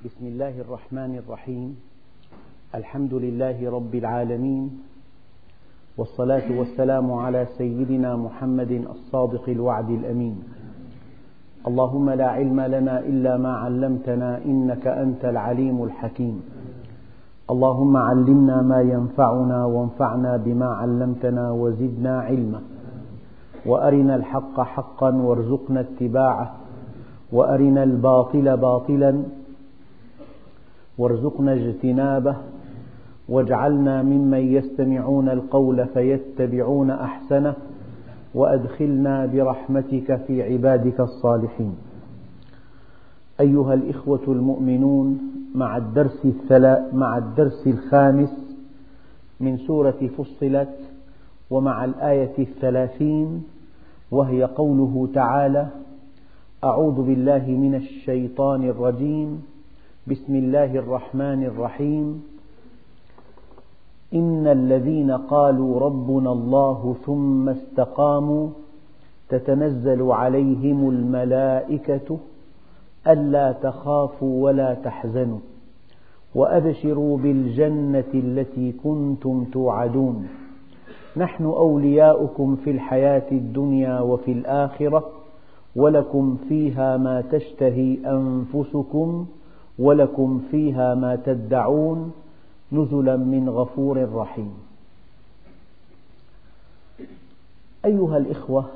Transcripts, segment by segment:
بسم الله الرحمن الرحيم. الحمد لله رب العالمين، والصلاة والسلام على سيدنا محمد الصادق الوعد الأمين. اللهم لا علم لنا إلا ما علمتنا إنك أنت العليم الحكيم. اللهم علمنا ما ينفعنا وانفعنا بما علمتنا وزدنا علما، وأرنا الحق حقا وارزقنا اتباعه، وأرنا الباطل باطلا وارزقنا اجتنابه، واجعلنا ممن يستمعون القول فيتبعون أحسنه، وأدخلنا برحمتك في عبادك الصالحين. أيها الإخوة المؤمنون، مع الدرس الخامس من سورة فصلت، ومع الآية 30، وهي قوله تعالى: أعوذ بالله من الشيطان الرجيم، بسم الله الرحمن الرحيم. إن الذين قالوا ربنا الله ثم استقاموا تتنزل عليهم الملائكة ألا تخافوا ولا تحزنوا وأبشروا بالجنة التي كنتم توعدون، نحن أولياؤكم في الحياة الدنيا وفي الآخرة، ولكم فيها ما تشتهي أنفسكم ولكم فيها ما تدعون، نزلا من غفور رحيم. أيها الإخوة،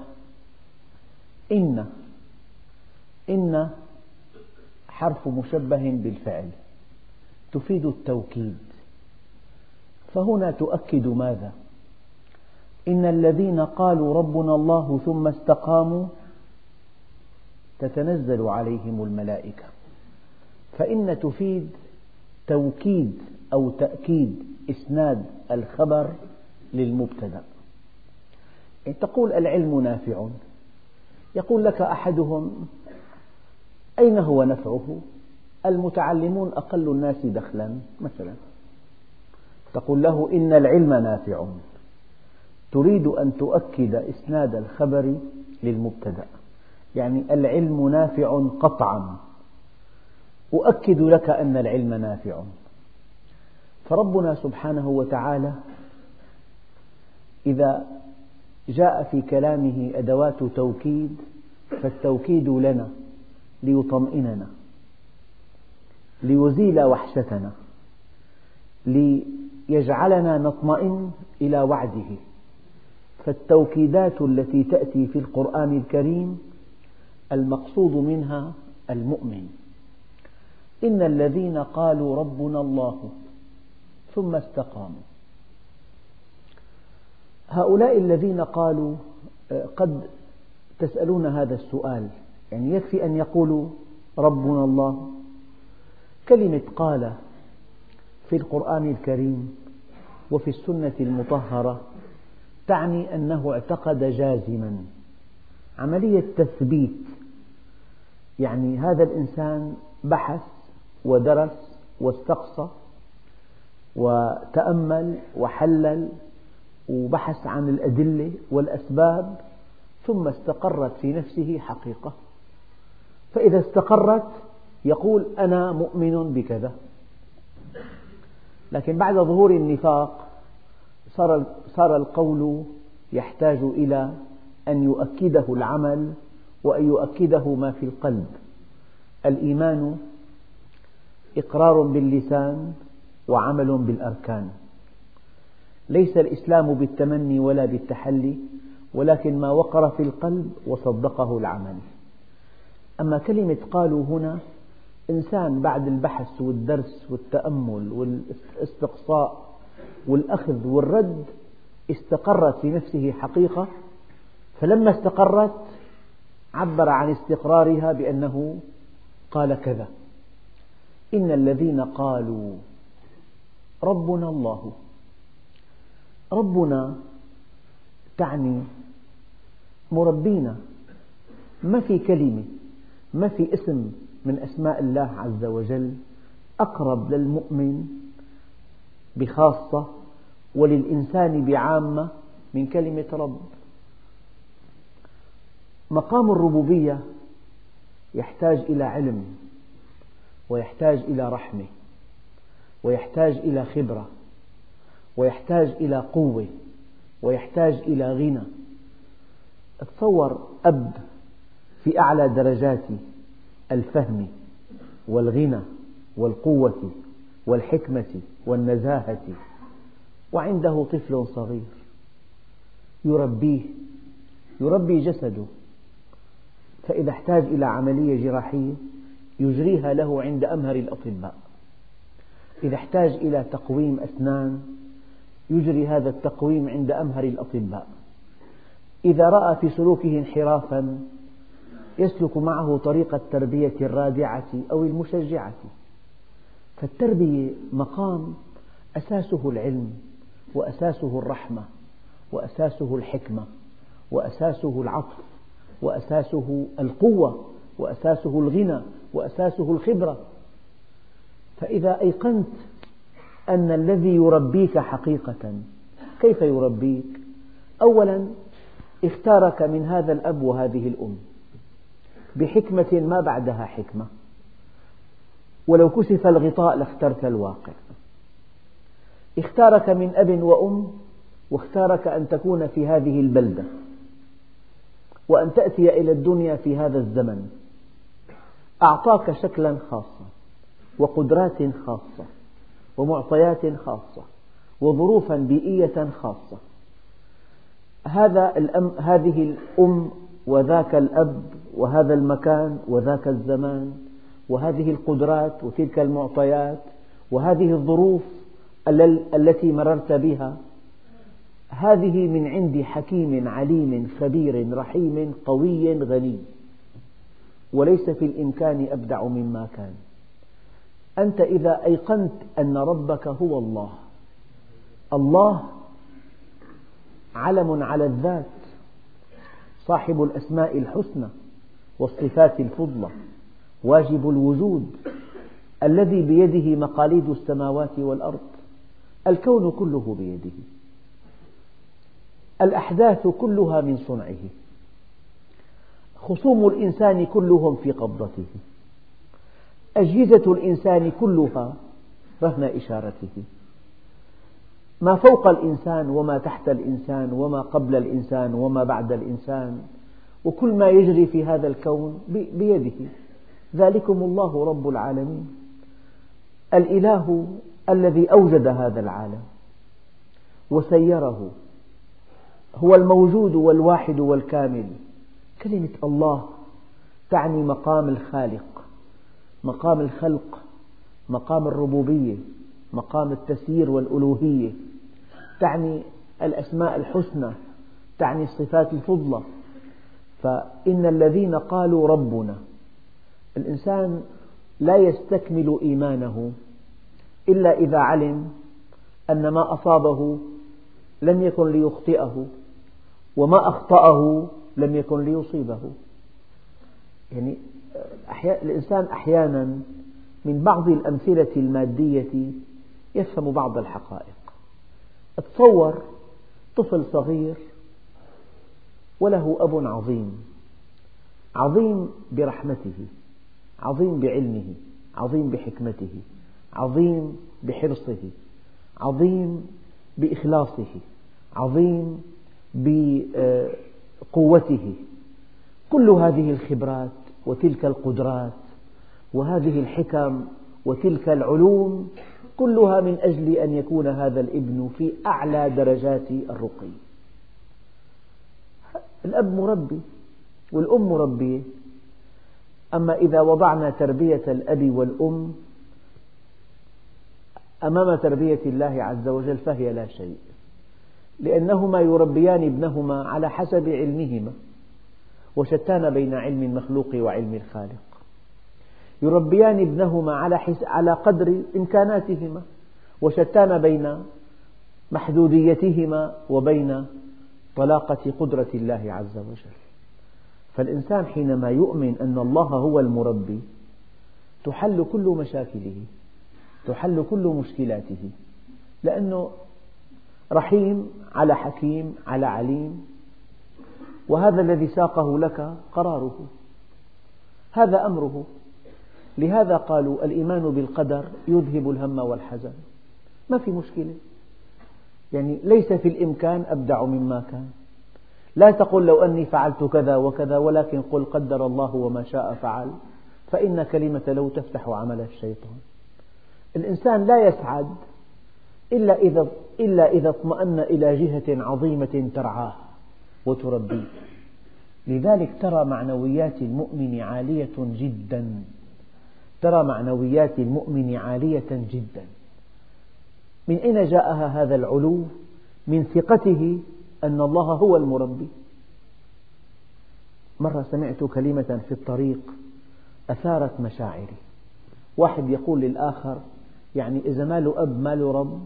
إن حرف مشبه بالفعل تفيد التوكيد، فهنا تؤكد ماذا؟ إن الذين قالوا ربنا الله ثم استقاموا تتنزل عليهم الملائكة، فإن تفيد توكيد أو تأكيد إسناد الخبر للمبتدأ. تقول العلم نافع، يقول لك أحدهم: أين هو نفعه؟ المتعلمون أقل الناس دخلا مثلا. تقول له: إن العلم نافع، تريد أن تؤكد إسناد الخبر للمبتدأ، يعني العلم نافع قطعا، أؤكد لك أن العلم نافع. فربنا سبحانه وتعالى إذا جاء في كلامه أدوات توكيد، فالتوكيد لنا ليطمئننا، ليزيل وحشتنا، ليجعلنا نطمئن إلى وعده. فالتوكيدات التي تأتي في القرآن الكريم المقصود منها المؤمن. إن الذين قالوا ربنا الله ثم استقاموا، هؤلاء الذين قالوا، قد تسألون هذا السؤال، يعني يكفي أن يقولوا ربنا الله. كلمة قال في القرآن الكريم وفي السنة المطهرة تعني أنه اعتقد جازما، عملية تثبيت، يعني هذا الإنسان بحث ودرس واستقصى وتأمل وحلل وبحث عن الأدلة والأسباب، ثم استقرت في نفسه حقيقة. فإذا استقرت يقول: أنا مؤمن بكذا. لكن بعد ظهور النفاق صار القول يحتاج إلى أن يؤكده العمل وأن يؤكده ما في القلب. الإيمان إقرار باللسان وعمل بالأركان، ليس الإسلام بالتمني ولا بالتحلي، ولكن ما وقر في القلب وصدقه العمل. أما كلمة قالوا هنا، إنسان بعد البحث والدرس والتأمل والاستقصاء والأخذ والرد استقرت في نفسه حقيقة، فلما استقرت عبر عن استقرارها بأنه قال كذا. إن الذين قالوا ربنا الله، ربنا تعني مربينا. ما في كلمة، ما في اسم من أسماء الله عز وجل أقرب للمؤمن بخاصة وللإنسان بعامة من كلمة رب. مقام الربوبية يحتاج إلى علم، ويحتاج إلى رحمة، ويحتاج إلى خبرة، ويحتاج إلى قوة، ويحتاج إلى غنى. تصور أب في أعلى درجات الفهم والغنى والقوة والحكمة والنزاهة، وعنده طفل صغير يربي جسده، فإذا احتاج إلى عملية جراحية يجريها له عند أمهر الأطباء، إذا احتاج إلى تقويم أسنان يجري هذا التقويم عند أمهر الأطباء، إذا رأى في سلوكه انحرافا يسلك معه طريق التربية الرادعة أو المشجعة. فالتربية مقام أساسه العلم، وأساسه الرحمة، وأساسه الحكمة، وأساسه العطف، وأساسه القوة، وأساسه الغنى، وأساسه الخبرة. فإذا أيقنت أن الذي يربيك حقيقة كيف يربيك؟ أولا اختارك من هذا الأب وهذه الأم بحكمة ما بعدها حكمة، ولو كشف الغطاء لاخترت الواقع. اختارك من أب وأم، واختارك أن تكون في هذه البلدة، وأن تأتي إلى الدنيا في هذا الزمن. أعطاك شكلا خاصا، وقدرات خاصة، ومعطيات خاصة، وظروفا بيئية خاصة. هذه الأم وذاك الأب وهذا المكان وذاك الزمان، وهذه القدرات وتلك المعطيات، وهذه الظروف التي مررت بها، هذه من عند حكيم عليم خبير رحيم قوي غني، وليس في الإمكان أبدع مما كان. أنت إذا أيقنت أن ربك هو الله، الله علم على الذات، صاحب الأسماء الحسنى والصفات الفضلى، واجب الوجود، الذي بيده مقاليد السماوات والأرض، الكون كله بيده، الأحداث كلها من صنعه، خصوم الإنسان كلهم في قبضته، أجهزة الإنسان كلها رهن إشارته، ما فوق الإنسان وما تحت الإنسان وما قبل الإنسان وما بعد الإنسان، وكل ما يجري في هذا الكون بيده. ذلكم الله رب العالمين، الإله الذي أوجد هذا العالم وسيره، هو الموجود والواحد والكامل. كلمة الله تعني مقام الخالق، مقام الخلق، مقام الربوبية، مقام التسيير والألوهية، تعني الأسماء الحسنى، تعني الصفات الفضلى. فإن الذين قالوا ربنا، الإنسان لا يستكمل إيمانه إلا إذا علم أن ما أصابه لم يكن ليخطئه، وما أخطأه لم يكن ليصيبه. يعني الإنسان أحيانا من بعض الأمثلة المادية يفهم بعض الحقائق. تصور طفل صغير وله أب عظيم، عظيم برحمته، عظيم بعلمه، عظيم بحكمته، عظيم بحرصه، عظيم بإخلاصه، عظيم بقوته. كل هذه الخبرات وتلك القدرات وهذه الحكم وتلك العلوم كلها من أجل أن يكون هذا الابن في أعلى درجات الرقي. الأب مربي والأم مربية، أما إذا وضعنا تربية الأب والأم أمام تربية الله عز وجل فهي لا شيء، لأنهما يربيان ابنهما على حسب علمهما، وشتان بين علم المخلوق وعلم الخالق. يربيان ابنهما على قدر إمكاناتهما، وشتان بين محدوديتهما وبين طلاقة قدرة الله عز وجل. فالإنسان حينما يؤمن أن الله هو المربي تحل كل مشاكله، تحل كل مشكلاته، لأنه رحيم على حكيم على عليم، وهذا الذي ساقه لك قراره، هذا أمره. لهذا قالوا الإيمان بالقدر يذهب الهم والحزن، ما في مشكلة، يعني ليس في الإمكان أبدع مما كان. لا تقل لو أني فعلت كذا وكذا، ولكن قل قدر الله وما شاء فعل، فإن كلمة لو تفتح عمل الشيطان. الإنسان لا يسعد إلا إذا اطمأن إلى جهة عظيمة ترعاه وتربيه. لذلك ترى معنويات المؤمن عالية جدا، ترى معنويات المؤمن عالية جدا. من أين جاءها هذا العلو؟ من ثقته أن الله هو المربي. مرة سمعت كلمة في الطريق أثارت مشاعري. واحد يقول للآخر يعني إذا ما له أب ما له رب.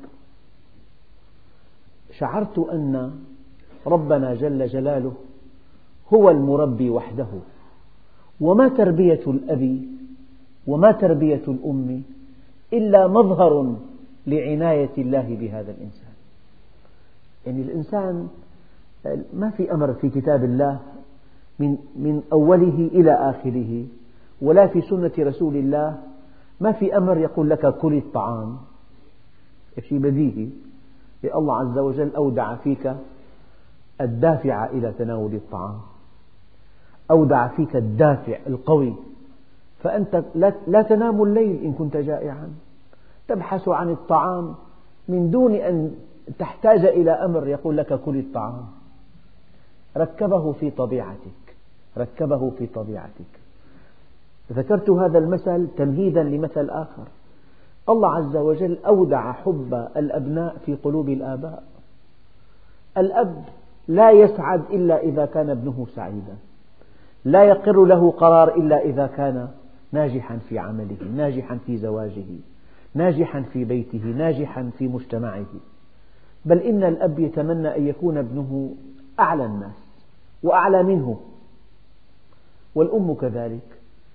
شعرت أن ربنا جل جلاله هو المربي وحده، وما تربية الأب وما تربية الأم إلا مظهر لعناية الله بهذا الإنسان. يعني الإنسان ما في أمر في كتاب الله من أوله إلى آخره، ولا في سنة رسول الله ما في أمر يقول لك كل الطعام، شيء بديهي. الله عز وجل أودع فيك الدافع إلى تناول الطعام، أودع فيك الدافع القوي، فأنت لا تنام الليل إن كنت جائعا، تبحث عن الطعام من دون أن تحتاج إلى أمر يقول لك كل الطعام. ركبه في طبيعتك، ركبه في طبيعتك. ذكرت هذا المثل تمهيدا لمثل آخر. الله عز وجل أودع حب الأبناء في قلوب الآباء. الأب لا يسعد إلا إذا كان ابنه سعيدا، لا يقر له قرار إلا إذا كان ناجحا في عمله، ناجحا في زواجه، ناجحا في بيته، ناجحا في مجتمعه. بل إن الأب يتمنى أن يكون ابنه أعلى الناس وأعلى منه، والأم كذلك.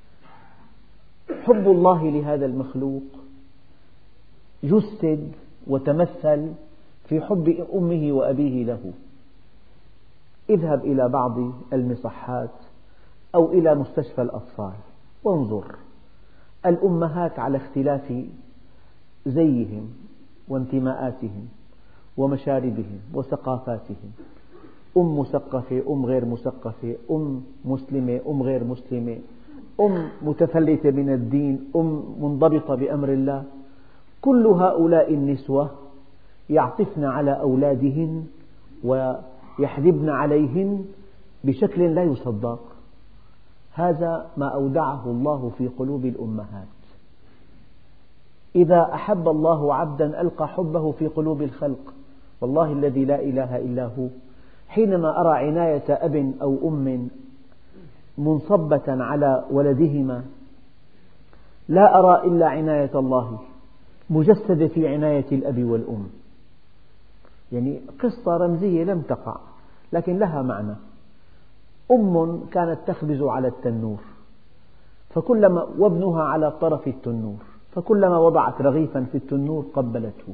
حب الله لهذا المخلوق جسد وتمثل في حب أمه وأبيه له. اذهب إلى بعض المصحات أو إلى مستشفى الأطفال وانظر الأمهات على اختلاف زيهم وانتماءاتهم ومشاربهم وثقافاتهم، أم مثقفة، أم غير مثقفة، أم مسلمة، أم غير مسلمة، أم متفلتة من الدين، أم منضبطة بأمر الله. كل هؤلاء النسوة يعطفن على أولادهن ويحلبن عليهن بشكل لا يصدق. هذا ما أودعه الله في قلوب الأمهات. إذا أحب الله عبدا ألقى حبه في قلوب الخلق. والله الذي لا إله إلا هو، حينما أرى عناية أب أو أم منصبة على ولدهما لا أرى إلا عناية الله مجسدة في عناية الأب والأم. يعني قصة رمزية لم تقع لكن لها معنى. أم كانت تخبز على التنور وابنها على طرف التنور، فكلما وضعت رغيفا في التنور قبلته.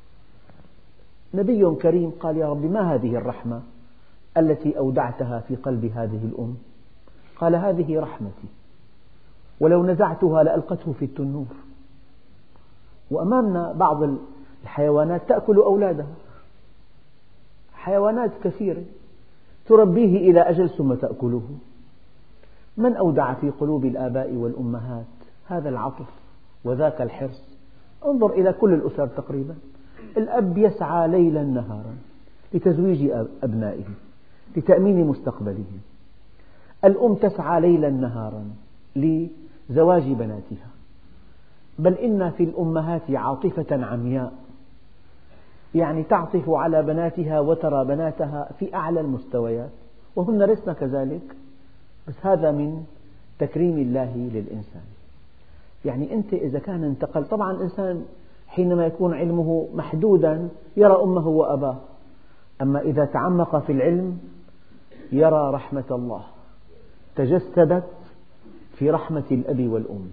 نبي كريم قال يا رب ما هذه الرحمة التي أودعتها في قلب هذه الأم؟ قال هذه رحمتي، ولو نزعتها لألقته في التنور. وأمامنا بعض الحيوانات تأكل أولادها، حيوانات كثيرة تربيه إلى أجل ثم تأكله. من أودع في قلوب الآباء والأمهات هذا العطف وذاك الحرص؟ انظر إلى كل الأسر تقريبا، الأب يسعى ليلا نهارا لتزويج أبنائه، لتأمين مستقبلهم. الأم تسعى ليلا نهارا لزواج بناتها. بل إن في الأمهات عاطفة عمياء، يعني تعطف على بناتها وترى بناتها في أعلى المستويات، وهن لسن كذلك، بس هذا من تكريم الله للإنسان. يعني أنت إذا كان انتقل، طبعا الإنسان حينما يكون علمه محدودا يرى أمه وأباه، أما إذا تعمق في العلم يرى رحمة الله تجسدت في رحمة الأب والأم،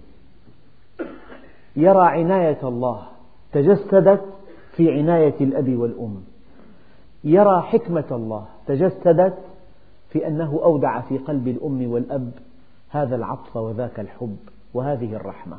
يرى عناية الله تجسدت في عناية الأب والأم، يرى حكمة الله تجسدت في أنه أودع في قلب الأم والأب هذا العطف وذاك الحب وهذه الرحمة.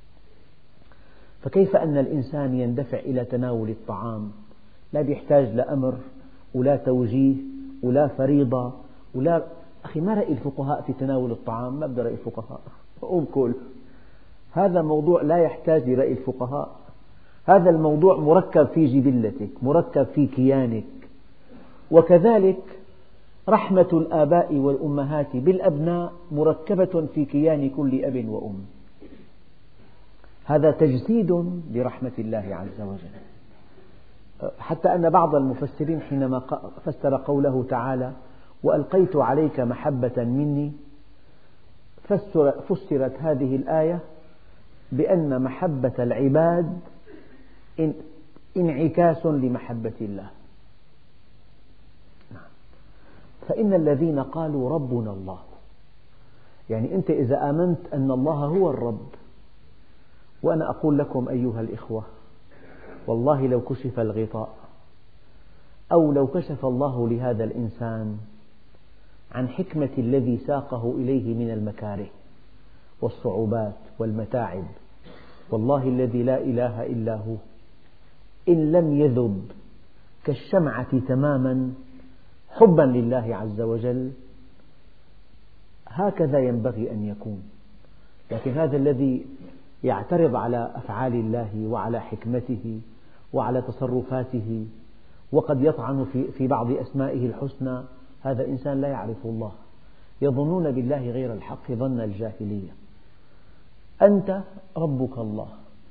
فكيف أن الإنسان يندفع إلى تناول الطعام لا يحتاج لأمر ولا توجيه ولا فريضة ولا أخي، ما رأي الفقهاء في تناول الطعام؟ ما بدي رأي الفقهاء، قوم كل. هذا موضوع لا يحتاج لرأي الفقهاء، هذا الموضوع مركب في جبلتك، مركب في كيانك. وكذلك رحمة الآباء والأمهات بالأبناء مركبة في كيان كل أب وأم، هذا تجسيد لرحمة الله عز وجل. حتى أن بعض المفسرين حينما فسر قوله تعالى وألقيت عليك محبة مني، فسرت هذه الآية بأن محبة العباد انعكاس لمحبة الله. فإن الذين قالوا ربنا الله، يعني أنت إذا آمنت أن الله هو الرب، وأنا أقول لكم أيها الإخوة والله لو كشف الغطاء أو لو كشف الله لهذا الإنسان عن حكمة الذي ساقه إليه من المكاره والصعوبات والمتاعب، والله الذي لا إله إلا هو إن لم يذب كالشمعة تماما حبا لله عز وجل هكذا ينبغي أن يكون. لكن هذا الذي يعترض على أفعال الله وعلى حكمته وعلى تصرفاته وقد يطعن في بعض أسمائه الحسنى، هذا إنسان لا يعرف الله، يظنون بالله غير الحق ظن الجاهلية. أنت ربك الله،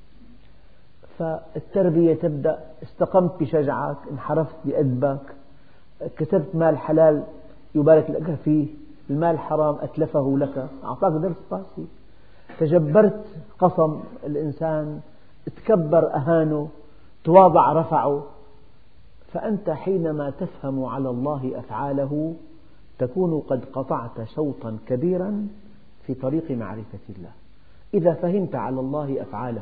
فالتربية تبدأ، استقمت بشجعك، انحرفت بأدبك، كسبت مال حلال يبارك لك فيه، المال حرام أتلفه لك، أعطاك درس قاسي، تجبرت قصم الإنسان، تكبر أهانه، تواضع رفعه. فأنت حينما تفهم على الله أفعاله تكون قد قطعت شوطا كبيرا في طريق معرفة الله، إذا فهمت على الله أفعاله.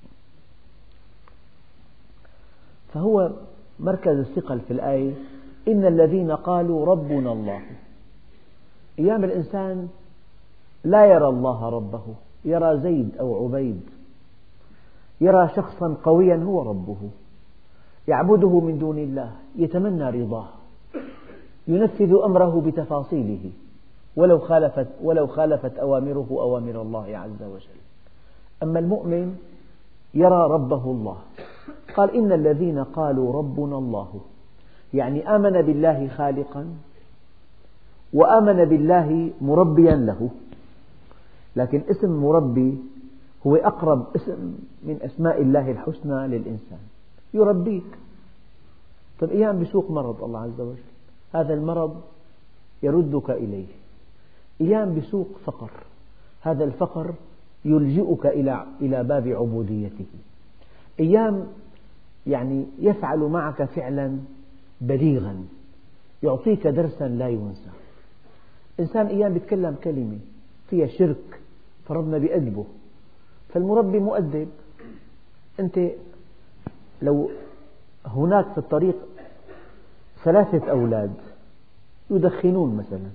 فهو مركز الثقل في الآية إن الذين قالوا ربنا الله. أيام الإنسان لا يرى الله ربه، يرى زيد أو عبيد، يرى شخصا قويا هو ربه، يعبده من دون الله، يتمنى رضاه، ينفذ أمره بتفاصيله ولو خالفت أوامره أوامر الله عز وجل. أما المؤمن يرى ربه الله. قال إن الذين قالوا ربنا الله، يعني آمن بالله خالقا وآمن بالله مربيا له. لكن اسم مربي هو أقرب اسم من أسماء الله الحسنى للإنسان، يربيك. طيب أيام بسوق مرض الله عز وجل، هذا المرض يردك إليه. أيام بسوق فقر، هذا الفقر يلجئك إلى باب عبوديته. أيام يعني يفعل معك فعلا بليغا يعطيك درسا لا ينسى. إنسان أيام يتكلم كلمة فيها شرك فربنا بيأدبه، فالمربي مؤدب. أنت لو هناك في الطريق 3 أولاد يدخنون مثلا،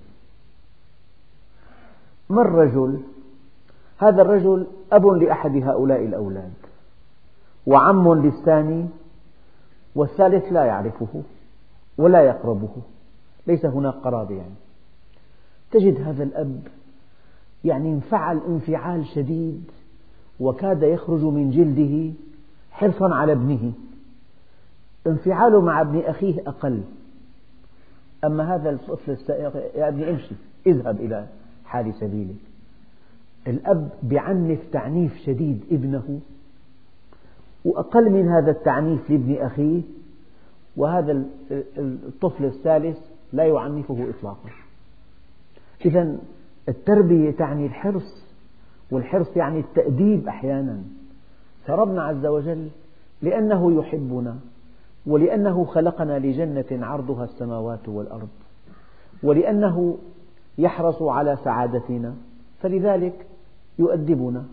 مر رجل، هذا الرجل أب لأحد هؤلاء الأولاد وعم للثاني، والثالث لا يعرفه ولا يقربه، ليس هناك قرابة. يعني تجد هذا الأب يعني انفعل انفعال شديد وكاد يخرج من جلده حرصا على ابنه. انفعاله مع ابن أخيه أقل، أما هذا الطفل السائق يا ابني امشي اذهب إلى حال سبيلك. الأب بيعنف تعنيف شديد ابنه، وأقل من هذا التعنيف لابن أخيه، وهذا الطفل الثالث لا يعنفه إطلاقا. إذن التربية تعني الحرص، والحرص يعني التأديب أحيانا. فربنا عز وجل لأنه يحبنا ولأنه خلقنا لجنة عرضها السماوات والأرض ولأنه يحرص على سعادتنا فلذلك يؤدبنا.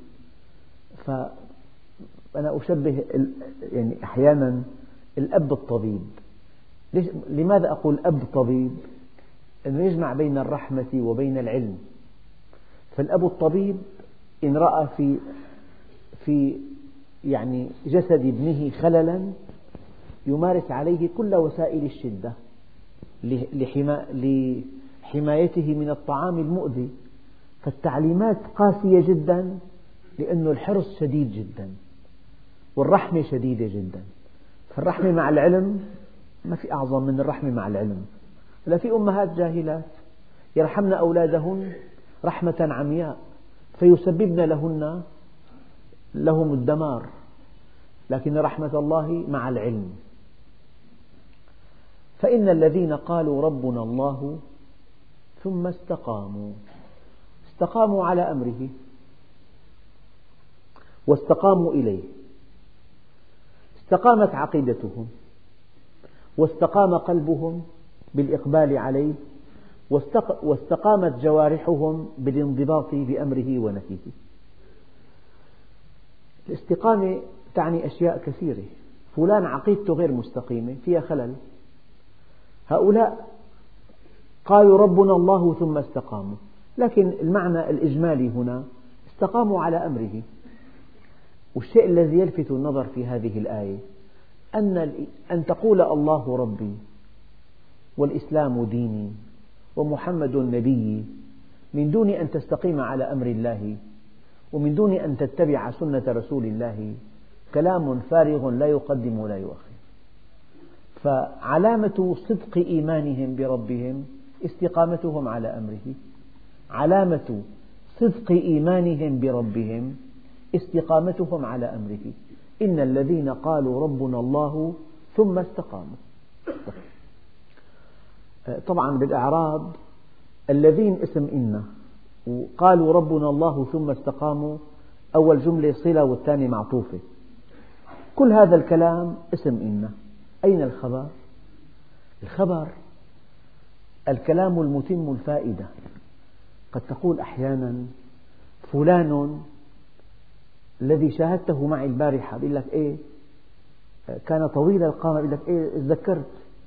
فأنا أشبه يعني أحيانا الأب الطبيب. لماذا أقول أب طبيب؟ أنه يجمع بين الرحمة وبين العلم. فالأب الطبيب إن رأى في يعني جسد ابنه خللا يمارس عليه كل وسائل الشدة لحمايته من الطعام المؤذي، فالتعليمات قاسية جدا لأن الحرص شديد جدا والرحمة شديدة جدا. فالرحمة مع العلم ما في أعظم من الرحمة مع العلم. لا، في أمهات جاهلات يرحمن أولادهن رحمة عمياء فيسببن لهم الدمار، لكن رحمة الله مع العلم. فإن الذين قالوا ربنا الله ثم استقاموا على أمره واستقاموا إليه، استقامت عقيدتهم واستقام قلبهم بالإقبال عليه واستقامت جوارحهم بالانضباط بأمره ونهيه. الاستقامة تعني أشياء كثيرة. فلان عقيدته غير مستقيمة، فيها خلل. هؤلاء قالوا ربنا الله ثم استقاموا، لكن المعنى الإجمالي هنا استقاموا على أمره. والشيء الذي يلفت النظر في هذه الآية أن تقول الله ربي والإسلام ديني ومحمد نبيي من دون أن تستقيم على أمر الله ومن دون أن تتبع سنة رسول الله كلام فارغ لا يقدم ولا يؤخر. فعلامة صدق إيمانهم بربهم استقامتهم على أمره، علامة صدق إيمانهم بربهم استقامتهم على أمره. إن الذين قالوا ربنا الله ثم استقاموا. طبعا بالإعراب الذين اسم إن، وقالوا ربنا الله ثم استقاموا أول جملة صلة والثانية معطوفة. كل هذا الكلام اسم إن. أين الخبر؟ الخبر الكلام المتم الفائدة. قد تقول أحيانا فلان الذي شاهدته معي البارحة بيقول لك إيه كان طويل القامة، بيقول لك إيه تذكرت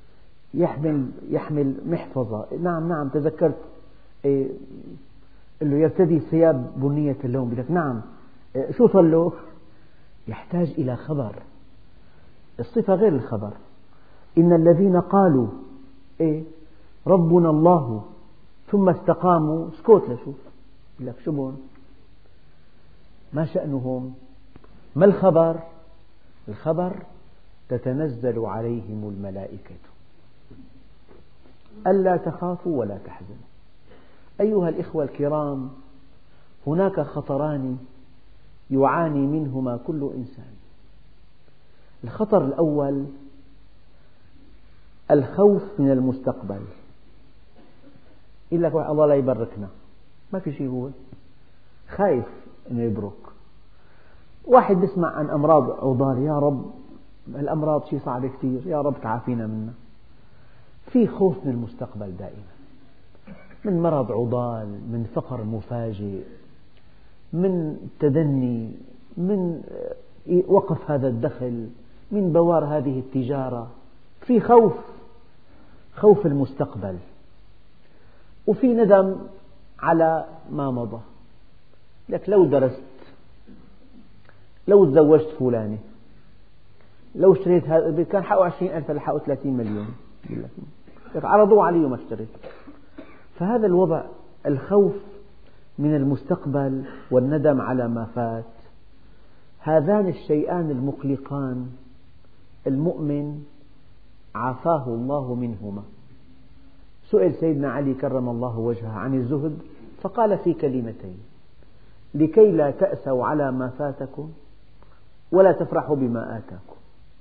يحمل محفظة، نعم تذكرت، إيه قل له يرتدي ثياب بنية اللون، بيقول لك نعم، شو صار له؟ يحتاج إلى خبر. الصفة غير الخبر. إن الذين قالوا إيه ربنا الله ثم استقاموا، اسكت لشوف، يقول لك شو بون؟ ما شأنهم؟ ما الخبر؟ الخبر تتنزل عليهم الملائكة ألا تخافوا ولا تحزنوا. أيها الإخوة الكرام، هناك خطران يعاني منهما كل إنسان. الخطر الأول الخوف من المستقبل. يقول لك الله لا يبركنا، ما في شيء، هو خايف أنه يبرك. واحد يسمع عن أمراض عضال، يا رب الأمراض شيء صعب كثير، يا رب تعافينا منها. في خوف من المستقبل دائما، من مرض عضال، من فقر مفاجئ، من تدني، من وقف هذا الدخل، من بوار هذه التجارة. في خوف المستقبل، وفي ندم على ما مضى. لك لو درست، لو تزوجت فلانة، لو اشتريت هذا البيت كان حقه 20,000 لحقه 30 مليون، لك عرضوه علي وما اشتريت. فهذا الوضع، الخوف من المستقبل والندم على ما فات، هذان الشيئان المقلقان المؤمن عافاه الله منهما. سئل سيدنا علي كرم الله وجهه عن الزهد فقال في كلمتين: لكي لا تأسوا على ما فاتكم ولا تفرحوا بما آتاكم.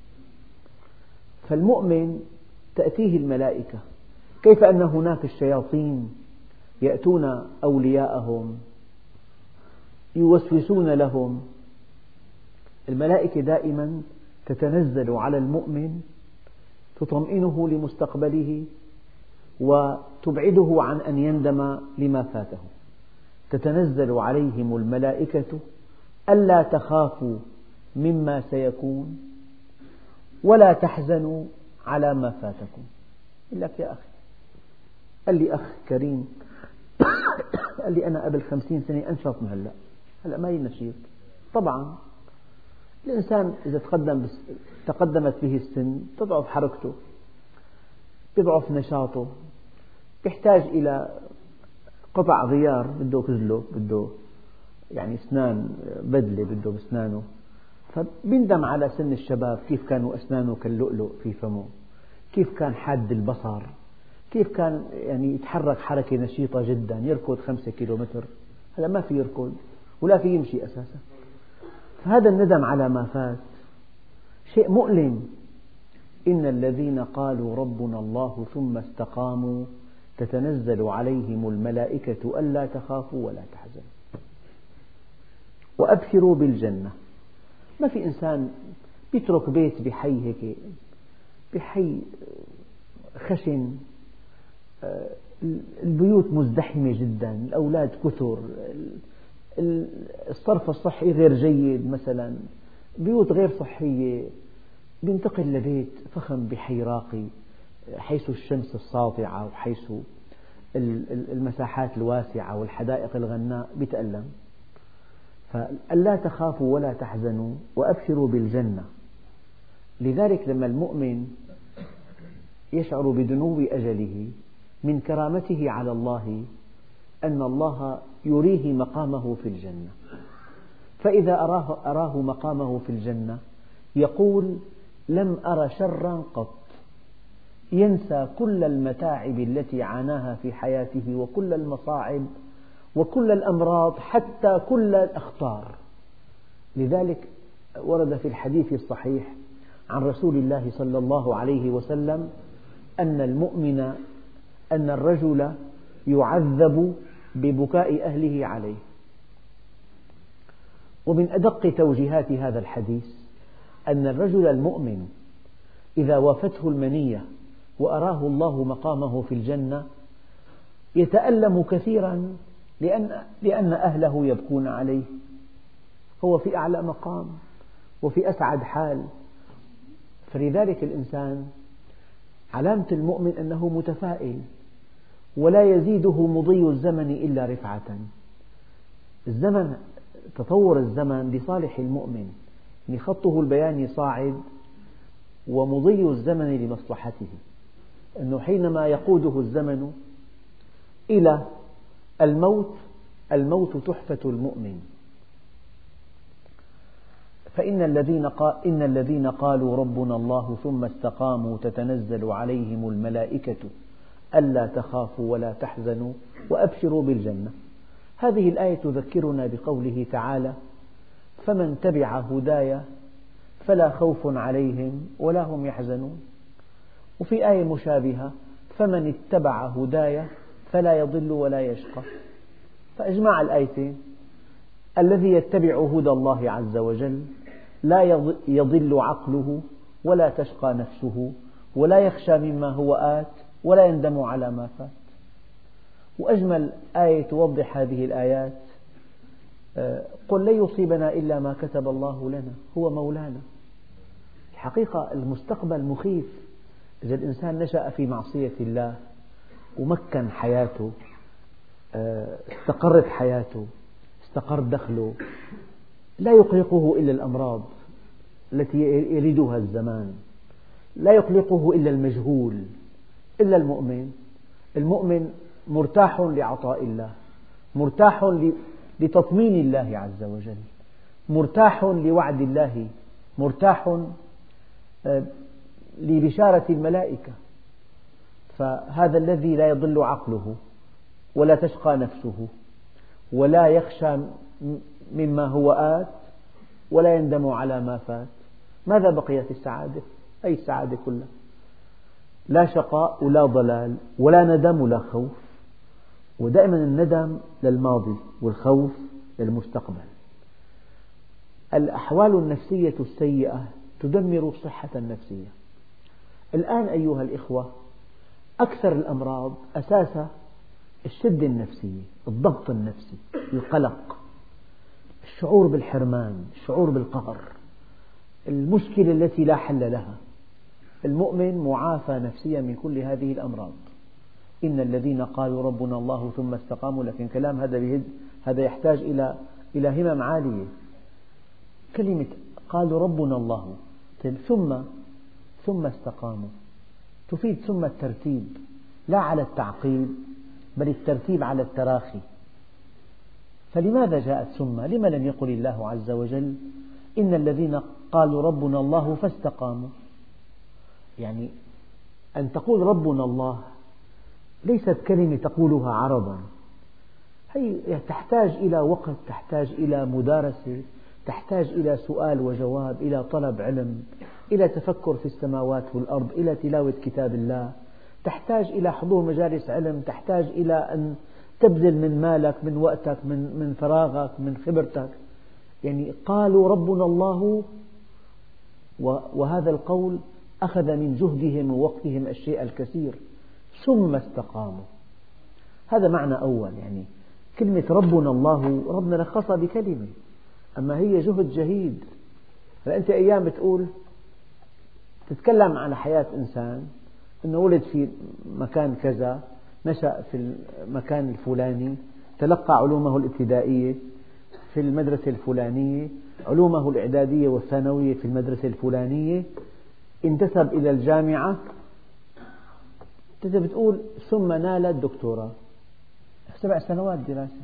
فالمؤمن تأتيه الملائكة، كيف أن هناك الشياطين يأتون أولياءهم يوسوسون لهم، الملائكة دائما تتنزل على المؤمن تطمئنه لمستقبله وتبعده عن أن يندم لما فاته. تتنزل عليهم الملائكة ألا تخافوا مما سيكون ولا تحزنوا على ما فاتكم. يقول لك يا أخي، قال لي أخ كريم قال لي أنا قبل 50 سنة أنشط من هلأ، هلأ ما ينشيط. طبعا الإنسان إذا تقدمت به السن تضعف حركته، يضعف نشاطه، يحتاج إلى قطع غيار، بده كزله، بده يعني أسنان بدلة بده بأسنانه، فبيندم على سن الشباب كيف كانوا أسنانه كاللؤلؤ في فمه، كيف كان حاد البصر، كيف كان يعني يتحرك حركة نشيطة جدا، يركض 5 كيلومتر. هذا ما في يركض ولا في يمشي أساسا. فهذا الندم على ما فات شيء مؤلم. إن الذين قالوا ربنا الله ثم استقاموا تتنزل عليهم الملائكة ألا تخافوا ولا تحزنوا وأبشروا بالجنة. ما في إنسان يترك بيت بحي هيك، بحي خشن، البيوت مزدحمة جدا، الأولاد كثر، الصرف الصحي غير جيد مثلا، بيوت غير صحية، بينتقل لبيت فخم بحي راقي حيث الشمس الساطعة وحيث المساحات الواسعة والحدائق الغناء، بيتألم. فألا تخافوا ولا تحزنوا وأبشروا بالجنة. لذلك لما المؤمن يشعر بدنو أجله من كرامته على الله أن الله يريه مقامه في الجنة، فإذا أراه مقامه في الجنة يقول لم أر شرا قط، ينسى كل المتاعب التي عاناها في حياته وكل المصاعب وكل الأمراض حتى كل الأخطار. لذلك ورد في الحديث الصحيح عن رسول الله صلى الله عليه وسلم أن الرجل يعذب ببكاء أهله عليه. ومن أدق توجيهات هذا الحديث أن الرجل المؤمن إذا وافته المنية وأراه الله مقامه في الجنة يتألم كثيرا لأن أهله يبكون عليه، هو في أعلى مقام وفي أسعد حال. فلذلك الإنسان علامة المؤمن أنه متفائل، ولا يزيده مضي الزمن إلا رفعة. الزمن، تطور الزمن لصالح المؤمن، يعني خطه البياني صاعد ومضي الزمن لمصلحته، أنه حينما يقوده الزمن إلى الموت تحفة المؤمن. إن الذين قالوا ربنا الله ثم استقاموا تتنزل عليهم الملائكة ألا تخافوا ولا تحزنوا وأبشروا بالجنة. هذه الآية تذكرنا بقوله تعالى فمن تبع هداي فلا خوف عليهم ولا هم يحزنون. وفي آية مشابهة فمن اتبع هداي فلا يضل ولا يشقى. فأجمع الآيتين، الذي يتبع هدى الله عز وجل لا يضل عقله ولا تشقى نفسه ولا يخشى مما هو آت ولا يندم على ما فات. وأجمل آية توضح هذه الآيات قل لن يصيبنا إلا ما كتب الله لنا هو مولانا. الحقيقة المستقبل مخيف. إذا الإنسان نشأ في معصية الله ومكن حياته، استقرت حياته، استقر دخله، لا يقلقه إلا الأمراض التي يريدها الزمان، لا يقلقه إلا المجهول. إلا المؤمن مرتاح لعطاء الله، مرتاح لتطمين الله عز وجل، مرتاح لوعد الله، مرتاح لبشارة الملائكة. فهذا الذي لا يضل عقله ولا تشقى نفسه ولا يخشى مما هو آت ولا يندم على ما فات، ماذا بقيت السعادة؟ أي السعادة كلها، لا شقاء ولا ضلال ولا ندم ولا خوف. ودائما الندم للماضي والخوف للمستقبل. الأحوال النفسية السيئة تدمر الصحة النفسية. الآن أيها الإخوة أكثر الأمراض أساسها الشدة النفسية، الضغط النفسي، القلق، الشعور بالحرمان، الشعور بالقهر، المشكلة التي لا حل لها. المؤمن معافى نفسيا من كل هذه الأمراض. إن الذين قالوا ربنا الله ثم استقاموا، لكن كلام هذا يحتاج إلى إلى همم عالية. كلمة قالوا ربنا الله، ثم استقاموا تفيد ثم الترتيب، لا على التعقيب بل الترتيب على التراخي. فلماذا جاءت ثم؟ لما لم يقل الله عز وجل إن الذين قالوا ربنا الله فاستقاموا؟ يعني أن تقول ربنا الله ليست كلمة تقولها عرضا، هي تحتاج إلى وقت، تحتاج إلى مدارسة، تحتاج إلى سؤال وجواب، إلى طلب علم، إلى تفكر في السماوات والأرض، إلى تلاوة كتاب الله، تحتاج إلى حضور مجالس علم، تحتاج إلى أن تبذل من مالك، من وقتك، من فراغك، من خبرتك. يعني قالوا ربنا الله، وهذا القول أخذ من جهدهم ووقتهم الشيء الكثير. ثم استقاموا، هذا معنى أول. يعني كلمة ربنا الله، ربنا لخصها بكلمة، أما هي جهد جهيد. فأنت أيام بتقول تتكلم عن حياة إنسان أنه ولد في مكان كذا، نشأ في المكان الفلاني، تلقى علومه الابتدائية في المدرسة الفلانية، علومه الإعدادية والثانوية في المدرسة الفلانية، انتسب إلى الجامعة، أنت بتقول ثم نال الدكتوراه، 7 سنوات دراسة،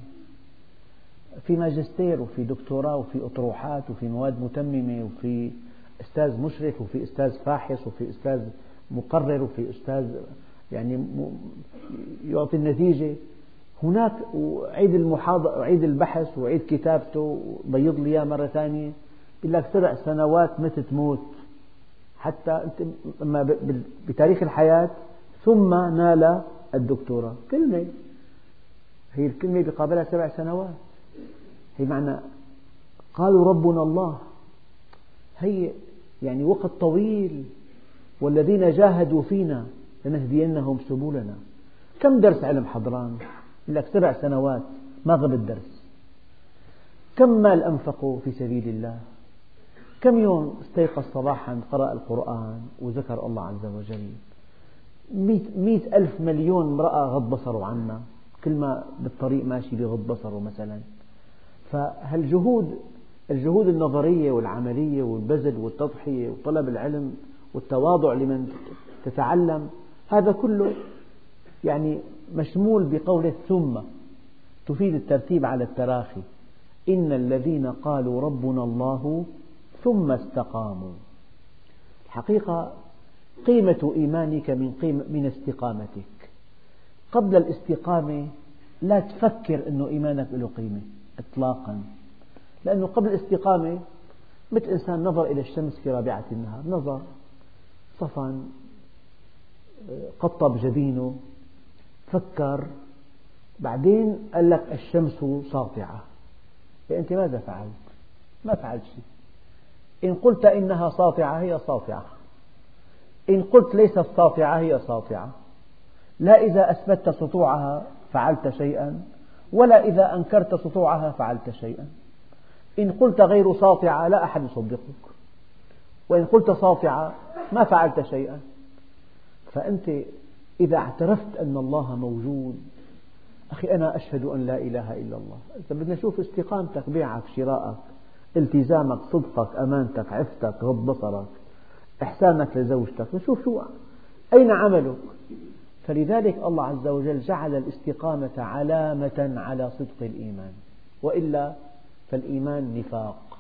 في ماجستير وفي دكتوراه وفي أطروحات وفي مواد متممة وفي أستاذ مشرف وفي أستاذ فاحص وفي أستاذ مقرر وفي أستاذ يعني يعطي النتيجة. هناك وعيد المحاضرة وعيد البحث وعيد كتابته بيض لي مرة ثانية، يقول لك 7 سنوات مت تموت. حتى أنت بتاريخ الحياة ثم نال الدكتوراه، كلمة، هي الكلمة بقابلها 7 سنوات. هي معنى قالوا ربنا الله، هي يعني وقت طويل. والذين جاهدوا فينا لنهدينهم سبلنا. كم درس علم حضران؟ يقول لك 7 سنوات ما غب الدرس. كم مال أنفقوا في سبيل الله؟ كم يوم استيقظ صباحا قرأ القرآن وذكر الله عز وجل؟ 100 ألف مليون امرأة غض بصره عنا، كل ما بالطريق ماشي بغض بصره مثلا. فهالجهود، الجهود النظرية والعملية والبذل والتضحية وطلب العلم والتواضع لمن تتعلم، هذا كله يعني مشمول بقوله ثم، تفيد الترتيب على التراخي. إن الذين قالوا ربنا الله ثم استقاموا. الحقيقة قيمة إيمانك من استقامتك. قبل الاستقامة لا تفكر أن إيمانك له قيمة إطلاقا، لأنه قبل الاستقامة مثل إنسان نظر إلى الشمس في رابعة النهار، نظر صفن، قطب جبينه، فكر، بعدين قال لك الشمس ساطعة. أنت ماذا فعلت؟ ما فعلت شيء. إن قلت إنها ساطعة هي ساطعة، إن قلت ليست ساطعة هي ساطعة. لا إذا أثبتت سطوعها فعلت شيئا، ولا إذا أنكرت سطوعها فعلت شيئا. إن قلت غير ساطعة لا أحد يصدقك، وإن قلت ساطعة ما فعلت شيئا. فأنت إذا اعترفت أن الله موجود، أخي أنا أشهد أن لا إله إلا الله، إذا بدنا نشوف استقامتك، بيعك، شراءك، التزامك، صدقك، أمانتك، عفتك، غض بصرك، إحسانك لزوجتك، نشوف أين عملك. فلذلك الله عز وجل جعل الاستقامة علامة على صدق الإيمان، وإلا فالإيمان نفاق،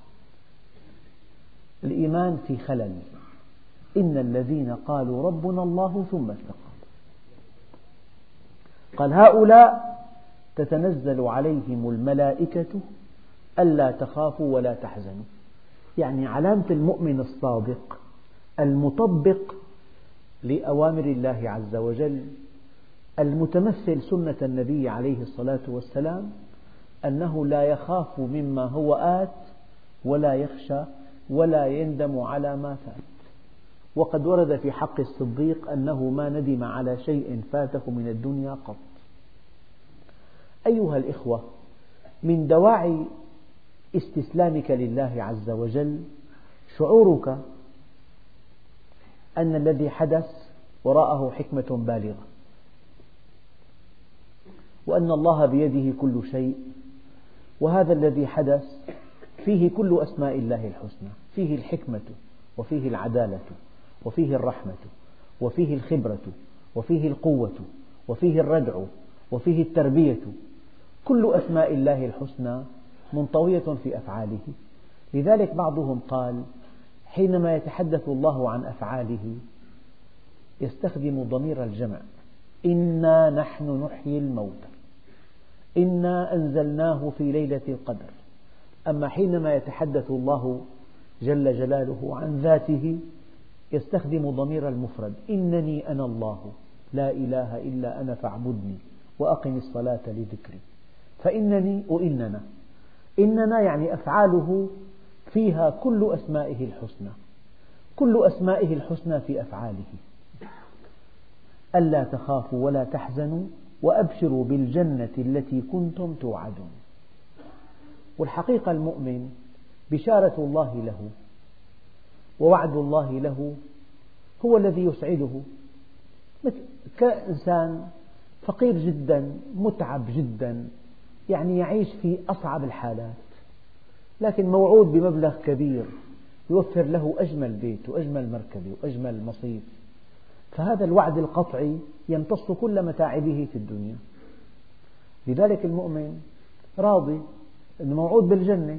الإيمان في خلل. إن الذين قالوا ربنا الله ثم استقاموا، قال هؤلاء تتنزل عليهم الملائكة ألا تخافوا ولا تحزنوا. يعني علامة المؤمن الصادق المطبق لأوامر الله عز وجل، المتمثل سنة النبي عليه الصلاة والسلام، أنه لا يخاف مما هو آت ولا يخشى ولا يندم على ما فات. وقد ورد في حق الصديق أنه ما ندم على شيء فاته من الدنيا قط. أيها الإخوة، من دواعي استسلامك لله عز وجل شعورك أن الذي حدث وراءه حكمة بالغة، وأن الله بيده كل شيء، وهذا الذي حدث فيه كل أسماء الله الحسنى، فيه الحكمة وفيه العدالة وفيه الرحمة وفيه الخبرة وفيه القوة وفيه الردع وفيه التربية. كل أسماء الله الحسنى منطوية في أفعاله. لذلك بعضهم قال حينما يتحدث الله عن أفعاله يستخدم ضمير الجمع: إنا نحن نحيي الموتى، إنا أنزلناه في ليلة القدر. أما حينما يتحدث الله جل جلاله عن ذاته يستخدم ضمير المفرد: إنني أنا الله لا إله إلا أنا فاعبدني وأقم الصلاة لذكري. فإنني وإننا، إننا يعني أفعاله فيها كل أسمائه الحسنى، كل أسمائه الحسنى في أفعاله. ألا تخافوا ولا تحزنوا وأبشروا بالجنة التي كنتم توعدون. والحقيقة المؤمن بشارة الله له ووعد الله له هو الذي يسعده. كإنسان فقير جدا متعب جدا، يعني يعيش في أصعب الحالات، لكن موعود بمبلغ كبير يوفر له أجمل بيت وأجمل مركبة وأجمل مصيف، فهذا الوعد القطعي يمتص كل متاعبه في الدنيا. لذلك المؤمن راضي أنه موعود بالجنة،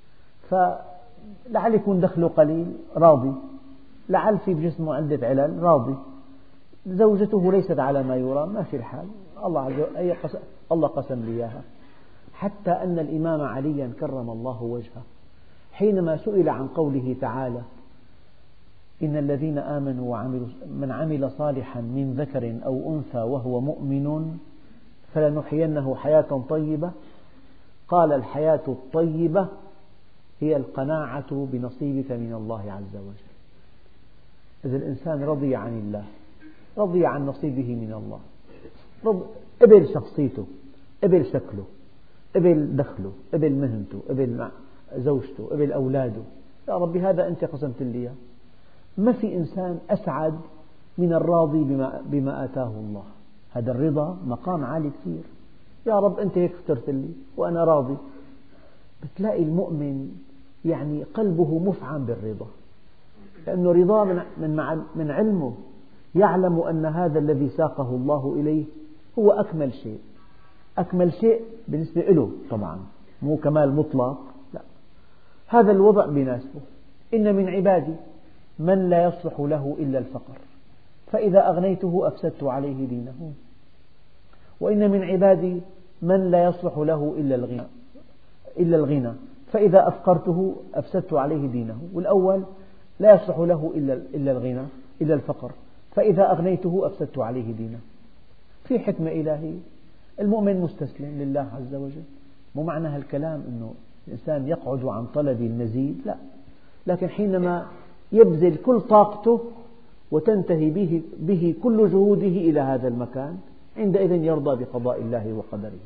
فلعل يكون دخله قليل راضي، لعل في بجسمه عدة علل راضي، زوجته ليست على ما يرى ما في الحال، الله قسم لي إياها. حتى أن الإمام عليا كرم الله وجهه حينما سئل عن قوله تعالى: إن الذين آمنوا وعملوا من عمل صالحا من ذكر أو أنثى وهو مؤمن فلنحيينه حياة طيبة، قال: الحياة الطيبة هي القناعة بنصيبك من الله عز وجل. إذا الإنسان رضي عن الله، رضي عن نصيبه من الله، قبل شخصيته، قبل شكله، قبل دخله، قبل مهنته، قبل زوجته، قبل أولاده، يا ربي هذا أنت قسمت لي إياه. ما في إنسان أسعد من الراضي بما آتاه الله. هذا الرضا مقام عالي كثير. يا رب أنت هيك اخترت لي وأنا راضي. بتلاقي المؤمن يعني قلبه مفعم بالرضا، لأنه رضا من علمه، يعلم أن هذا الذي ساقه الله إليه هو أكمل شيء. أكمل شيء بالنسبة له طبعا، مو كمال مطلق، لا، هذا الوضع بيناسبه. إن من عبادي من لا يصلح له إلا الفقر، فإذا أغنيته أفسدت عليه دينه. وإن من عبادي من لا يصلح له إلا الغنى، فإذا أفقرته أفسدت عليه دينه. والأول لا يصلح له إلا الغنى، إلا الفقر، فإذا أغنيته أفسدت عليه دينه. في حكمة إلهية. المؤمن مستسلم لله عز وجل. مو معنى هالكلام أنه الإنسان يقعد عن طلب المزيد، لا، لكن حينما يبذل كل طاقته وتنتهي به كل جهوده إلى هذا المكان، عندئذ يرضى بقضاء الله وقدره.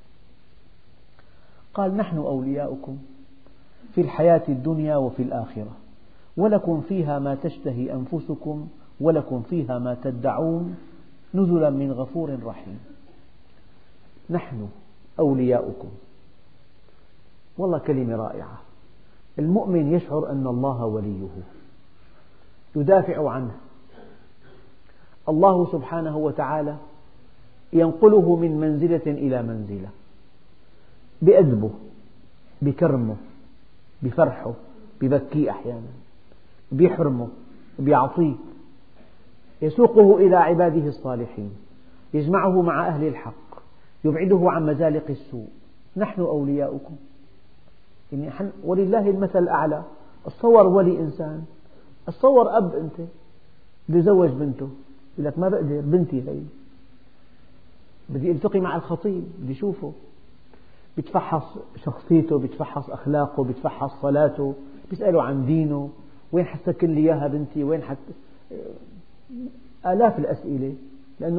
قال: نحن أولياؤكم في الحياة الدنيا وفي الآخرة ولكم فيها ما تشتهي أنفسكم ولكم فيها ما تدعون نزلا من غفور رحيم. نحن أولياؤكم، والله كلمة رائعة. المؤمن يشعر أن الله وليه يدافع عنه. الله سبحانه وتعالى ينقله من منزلة إلى منزلة، بأدبه، بكرمه، بفرحه، ببكيه أحيانا، بيحرمه، بيعطيه، يسوقه إلى عباده الصالحين، يجمعه مع أهل الحق، يبعده عن مزالق السوء. نحن أولياؤكم، يعني ولله المثل الأعلى. تصور ولي إنسان، تصور أب أنت بده يزوج بنته، يقول لك ما بقدر، بنتي هي، بدي التقي مع الخطيب، بدي أشوفه، بيتفحص شخصيته، بيتفحص أخلاقه، بيتفحص صلاته، بيسأله عن دينه، وين حتسكن لي إياها بنتي، وين آلاف الأسئلة، لأنه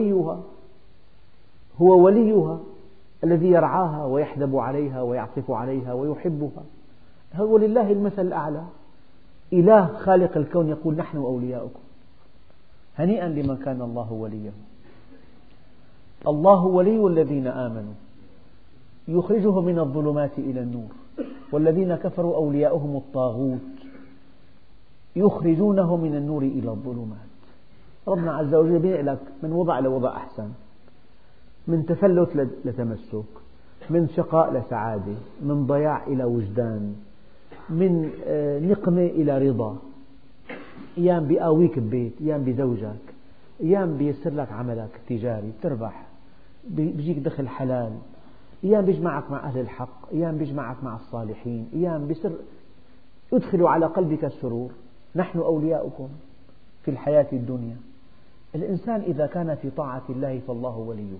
هو وليها الذي يرعاها ويحدب عليها ويعطف عليها ويحبها. هو لله المثل الأعلى. إله خالق الكون يقول: نحن أولياؤكم. هنيئا لمن كان الله وليه. الله ولي الذين آمنوا يخرجهم من الظلمات إلى النور، والذين كفروا أولياؤهم الطاغوت يخرجونهم من النور إلى الظلمات. ربنا عز وجل بينقلك من وضع لوضع أحسن، من تفلت لتمسك، من شقاء لسعادة، من ضياع إلى وجدان، من نقمة إلى رضا. أيام بيقاويك ببيت، أيام بزوجك، أيام بيسر لك عملك التجاري بتربح، بيجيك دخل حلال، أيام بيجمعك مع أهل الحق، أيام بيجمعك مع الصالحين، أيام بيسر يدخل على قلبك السرور. نحن أولياؤكم في الحياة الدنيا. الإنسان إذا كان في طاعة الله فالله وليه.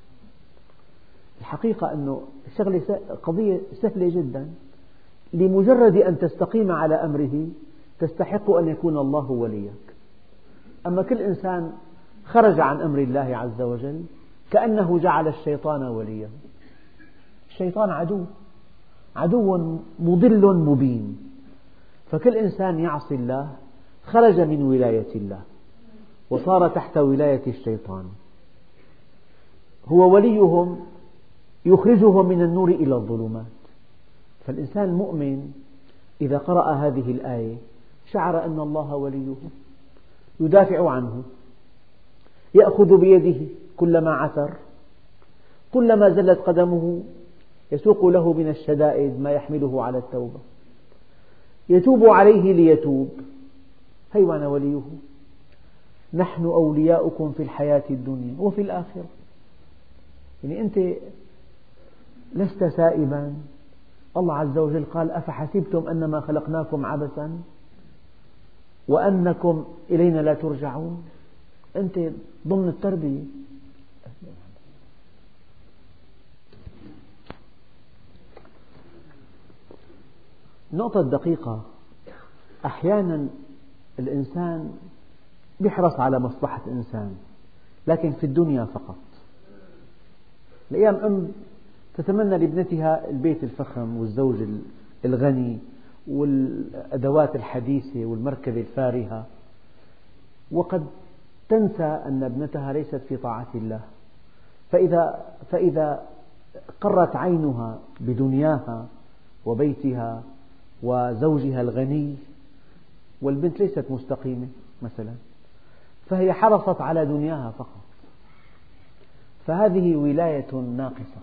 الحقيقة أنه قضية سهلة جدا، لمجرد أن تستقيم على أمره تستحق أن يكون الله وليك. أما كل إنسان خرج عن أمر الله عز وجل كأنه جعل الشيطان وليه. الشيطان عدو مضل مبين، فكل إنسان يعصي الله خرج من ولاية الله وصار تحت ولاية الشيطان. هو وليهم يخرجهم من النور إلى الظلمات. فالإنسان المؤمن إذا قرأ هذه الآية شعر أن الله وليه، يدافع عنه، يأخذ بيده كلما عثر، كلما زلت قدمه يسوق له من الشدائد ما يحمله على التوبة، يتوب عليه ليتوب. هيوان وليه. نحن أولياؤكم في الحياة الدنيا وفي الآخرة. يعني أنت لست سائبا. الله عز وجل قال: أفحسبتم أنما خلقناكم عبثا وأنكم إلينا لا ترجعون. أنت ضمن التربية. نقطة دقيقة، أحيانا الإنسان يحرص على مصلحة إنسان لكن في الدنيا فقط. الأيام أم تتمنى لابنتها البيت الفخم والزوج الغني والأدوات الحديثة والمركبة الفارهة، وقد تنسى أن ابنتها ليست في طاعة الله. فإذا قرت عينها بدنياها وبيتها وزوجها الغني والبنت ليست مستقيمة مثلا، فهي حرصت على دنياها فقط، فهذه ولاية ناقصة.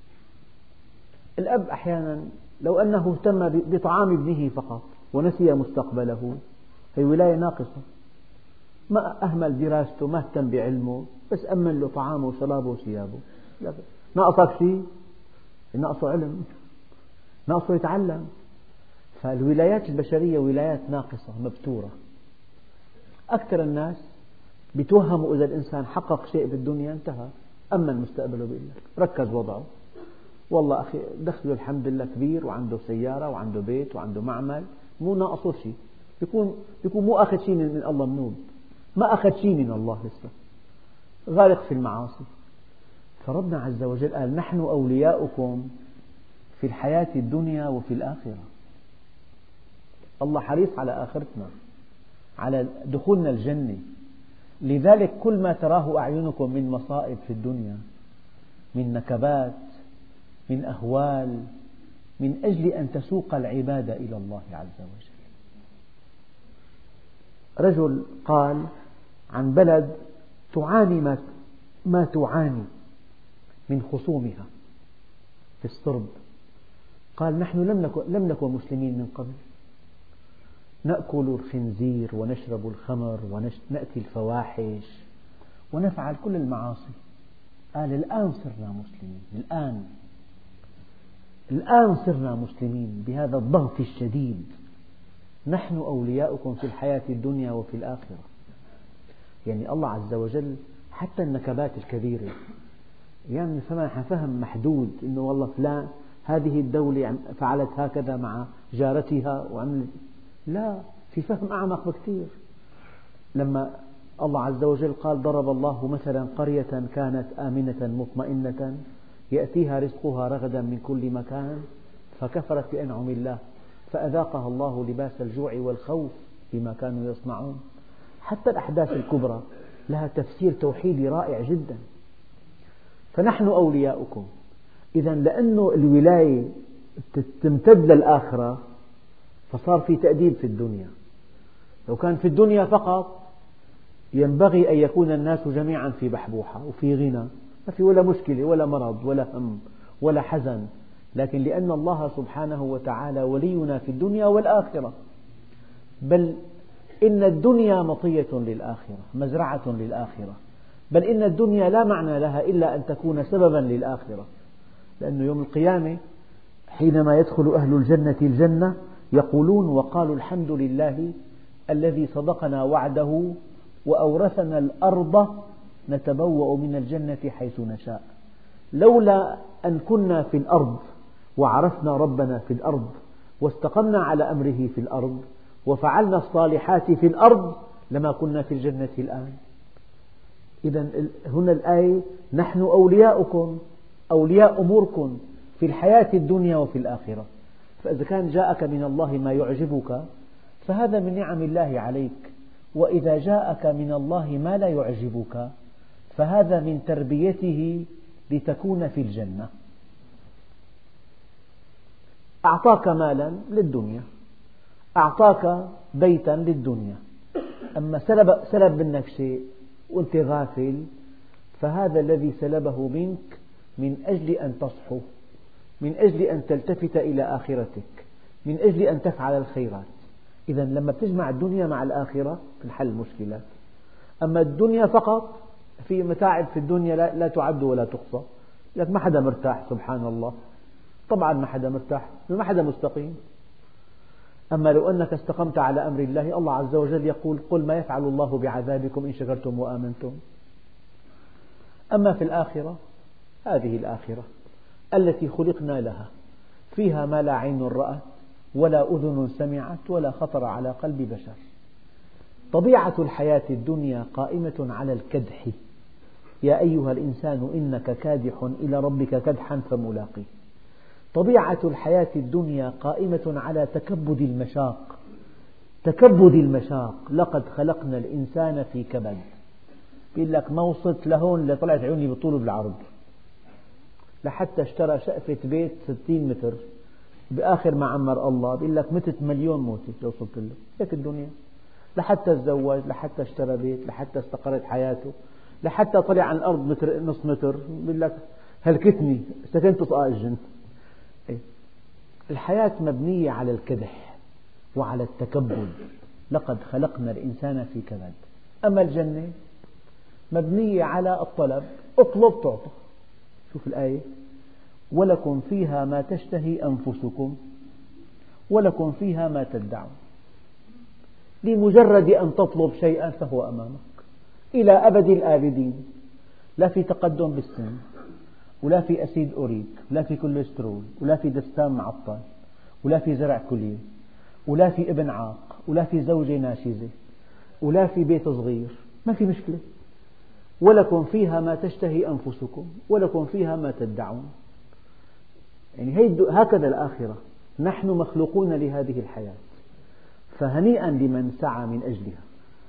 الأب أحيانا لو أنه اهتم بطعام ابنه فقط ونسي مستقبله، هي ولاية ناقصة. ما أهمل دراسته، ما اهتم بعلمه، بس أمن له طعامه وشرابه وثيابه. ناقصك شيء؟ ناقصه علم، ناقصه يتعلم. فالولايات البشرية ولايات ناقصة مبتورة. أكثر الناس بيتوهموا إذا الإنسان حقق شيء بالدنيا انتهى، أمن مستقبله، بيقول لك ركز وضعه، والله أخي دخله الحمد لله كبير وعنده سيارة وعنده بيت وعنده معمل، مو ناقصه شيء، بيكون مو أخذ شيء من الله منوب، ما أخذ شيء من الله لسه، غارق في المعاصي. فربنا عز وجل قال: نحن أولياؤكم في الحياة الدنيا وفي الآخرة. الله حريص على آخرتنا، على دخولنا الجنة. لذلك كل ما تراه أعينكم من مصائب في الدنيا، من نكبات، من أهوال، من أجل أن تسوق العباد إلى الله عز وجل. رجل قال عن بلد تعاني ما تعاني من خصومها في الصرب، قال: نحن لم نكن مسلمين من قبل، نأكل الخنزير ونشرب الخمر ونأتي الفواحش ونفعل كل المعاصي. قال: الآن صرنا مسلمين، الآن صرنا مسلمين بهذا الضغط الشديد. نحن أولياؤكم في الحياة الدنيا وفي الآخرة. يعني الله عز وجل حتى النكبات الكبيرة يعني فهم محدود، إنه والله فلان هذه الدولة فعلت هكذا مع جارتها وعملت، لا، في فهم أعمق بكثير. لما الله عز وجل قال: ضرب الله مثلا قرية كانت آمنة مطمئنة يأتيها رزقها رغدا من كل مكان فكفرت بأنعم الله فأذاقها الله لباس الجوع والخوف بما كانوا يصنعون. حتى الأحداث الكبرى لها تفسير توحيدي رائع جدا. فنحن أولياؤكم. إذا لأنه الولاية تمتد للآخرة فصار في تأديب في الدنيا. لو كان في الدنيا فقط ينبغي أن يكون الناس جميعا في بحبوحة وفي غنى، ما في ولا مشكلة ولا مرض ولا هم ولا حزن، لكن لأن الله سبحانه وتعالى ولينا في الدنيا والآخرة، بل إن الدنيا مطية للآخرة، مزرعة للآخرة، بل إن الدنيا لا معنى لها إلا أن تكون سببا للآخرة. لأن يوم القيامة حينما يدخل أهل الجنة الجنة يقولون وقالوا الحمد لله الذي صدقنا وعده وأورثنا الأرض نتبوأ من الجنة حيث نشاء. لولا أن كنا في الأرض وعرفنا ربنا في الأرض واستقمنا على أمره في الأرض وفعلنا الصالحات في الأرض لما كنا في الجنة الآن. إذا هنا الآية نحن أولياؤكم، أولياء أموركم في الحياة الدنيا وفي الآخرة. فإذا كان جاءك من الله ما يعجبك فهذا من نعم الله عليك، وإذا جاءك من الله ما لا يعجبك فهذا من تربيته لتكون في الجنة. أعطاك مالا للدنيا، أعطاك بيتا للدنيا، أما سلب منك شيء وأنت غافل فهذا الذي سلبه منك من أجل أن تصحو، من أجل أن تلتفت إلى آخرتك، من أجل أن تفعل الخيرات. إذا لما تجمع الدنيا مع الآخرة تنحل المشكلات. أما الدنيا فقط في متاعب في الدنيا لا تعد ولا تحصى، لك ما حدا مرتاح سبحان الله، طبعا ما حدا مرتاح، ما حدا مستقيم. أما لو أنك استقمت على أمر الله، الله عز وجل يقول قل ما يفعل الله بعذابكم إن شكرتم وآمنتم. أما في الآخرة، هذه الآخرة التي خلقنا لها فيها ما لا عين رأت ولا أذن سمعت ولا خطر على قلب بشر. طبيعة الحياة الدنيا قائمة على الكدح، يا أيها الإنسان إنك كادح إلى ربك كدحا فملاقيه. طبيعة الحياة الدنيا قائمة على تكبد المشاق، تكبد المشاق. لقد خلقنا الإنسان في كبد. يقول لك ما وصلت لهون لطلعت عيوني بالطول بالعرض، لحتى اشترى شقفة بيت 60 متر، بآخر ما عمر الله بيقول لك متت مليون موتة لو وصلت له. هيك الدنيا، لحتى تزوج، لحتى اشترى بيت، لحتى استقرت حياته، لحتى طلع عن الأرض متر نص متر بيقول لك هلكتني سكنت طاق الجن. الحياة مبنية على الكدح وعلى التكبد. لقد خلقنا الإنسان في كبد. أما الجنة مبنية على الطلب، اطلب تعطى. شوف الآية ولكم فيها ما تشتهي أنفسكم ولكم فيها ما تدعون. لمجرد أن تطلب شيئا فهو أمامك إلى أبد الآبدين، لا في تقدم بالسن ولا في أسيد أوريك ولا في كوليسترول ولا في دستان معطل ولا في زرع كلية ولا في ابن عاق ولا في زوجة ناشزة ولا في بيت صغير، ما في مشكلة. ولكم فيها ما تشتهي أنفسكم ولكم فيها ما تدعون. يعني هكذا الآخرة، نحن مخلوقون لهذه الحياة، فهنيئا لمن سعى من أجلها،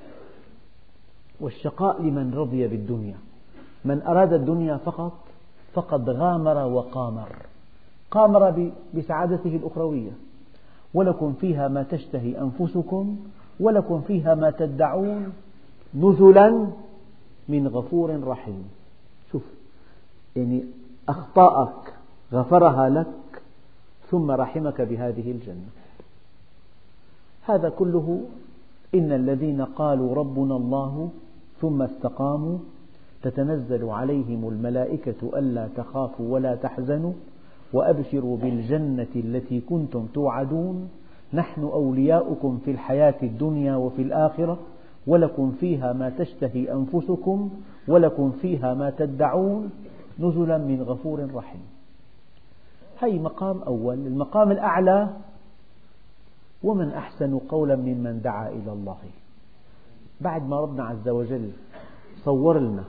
والشقاء لمن رضي بالدنيا. من أراد الدنيا فقد غامر وقامر، قامر بسعادته الأخروية. ولكم فيها ما تشتهي أنفسكم ولكم فيها ما تدعون نزلا من غفور رحيم. شوف، يعني أخطاءك غفرها لك ثم رحمك بهذه الجنة. هذا كله إن الذين قالوا ربنا الله ثم استقاموا تتنزل عليهم الملائكة ألا تخافوا ولا تحزنوا وأبشروا بالجنة التي كنتم توعدون نحن أولياؤكم في الحياة الدنيا وفي الآخرة ولكم فيها ما تشتهي أنفسكم ولكم فيها ما تدعون نزلا من غفور رحيم. هذا مقام أول. المقام الأعلى ومن أحسن قولا ممن دعا إلى الله. بعد ما ربنا عز وجل صور لنا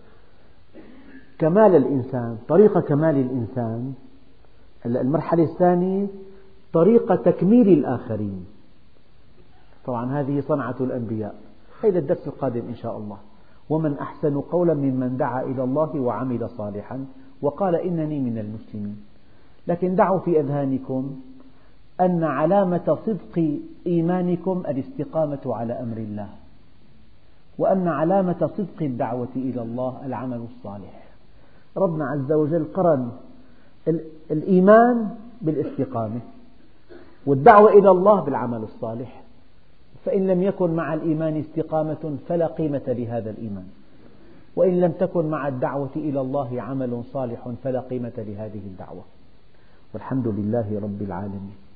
كمال الإنسان، طريقة كمال الإنسان، المرحلة الثانية طريقة تكميل الآخرين. طبعا هذه صنعة الأنبياء. هذا الدرس القادم إن شاء الله. ومن أحسن قولا ممن دعا إلى الله وعمل صالحا وقال إنني من المسلمين. لكن دعوا في أذهانكم أن علامة صدق إيمانكم الاستقامة على أمر الله، وأن علامة صدق الدعوة إلى الله العمل الصالح. ربنا عز وجل قرن الإيمان بالاستقامة، والدعوة إلى الله بالعمل الصالح. فإن لم يكن مع الإيمان استقامة فلا قيمة لهذا الإيمان، وإن لم تكن مع الدعوة إلى الله عمل صالح فلا قيمة لهذه الدعوة. والحمد لله رب العالمين.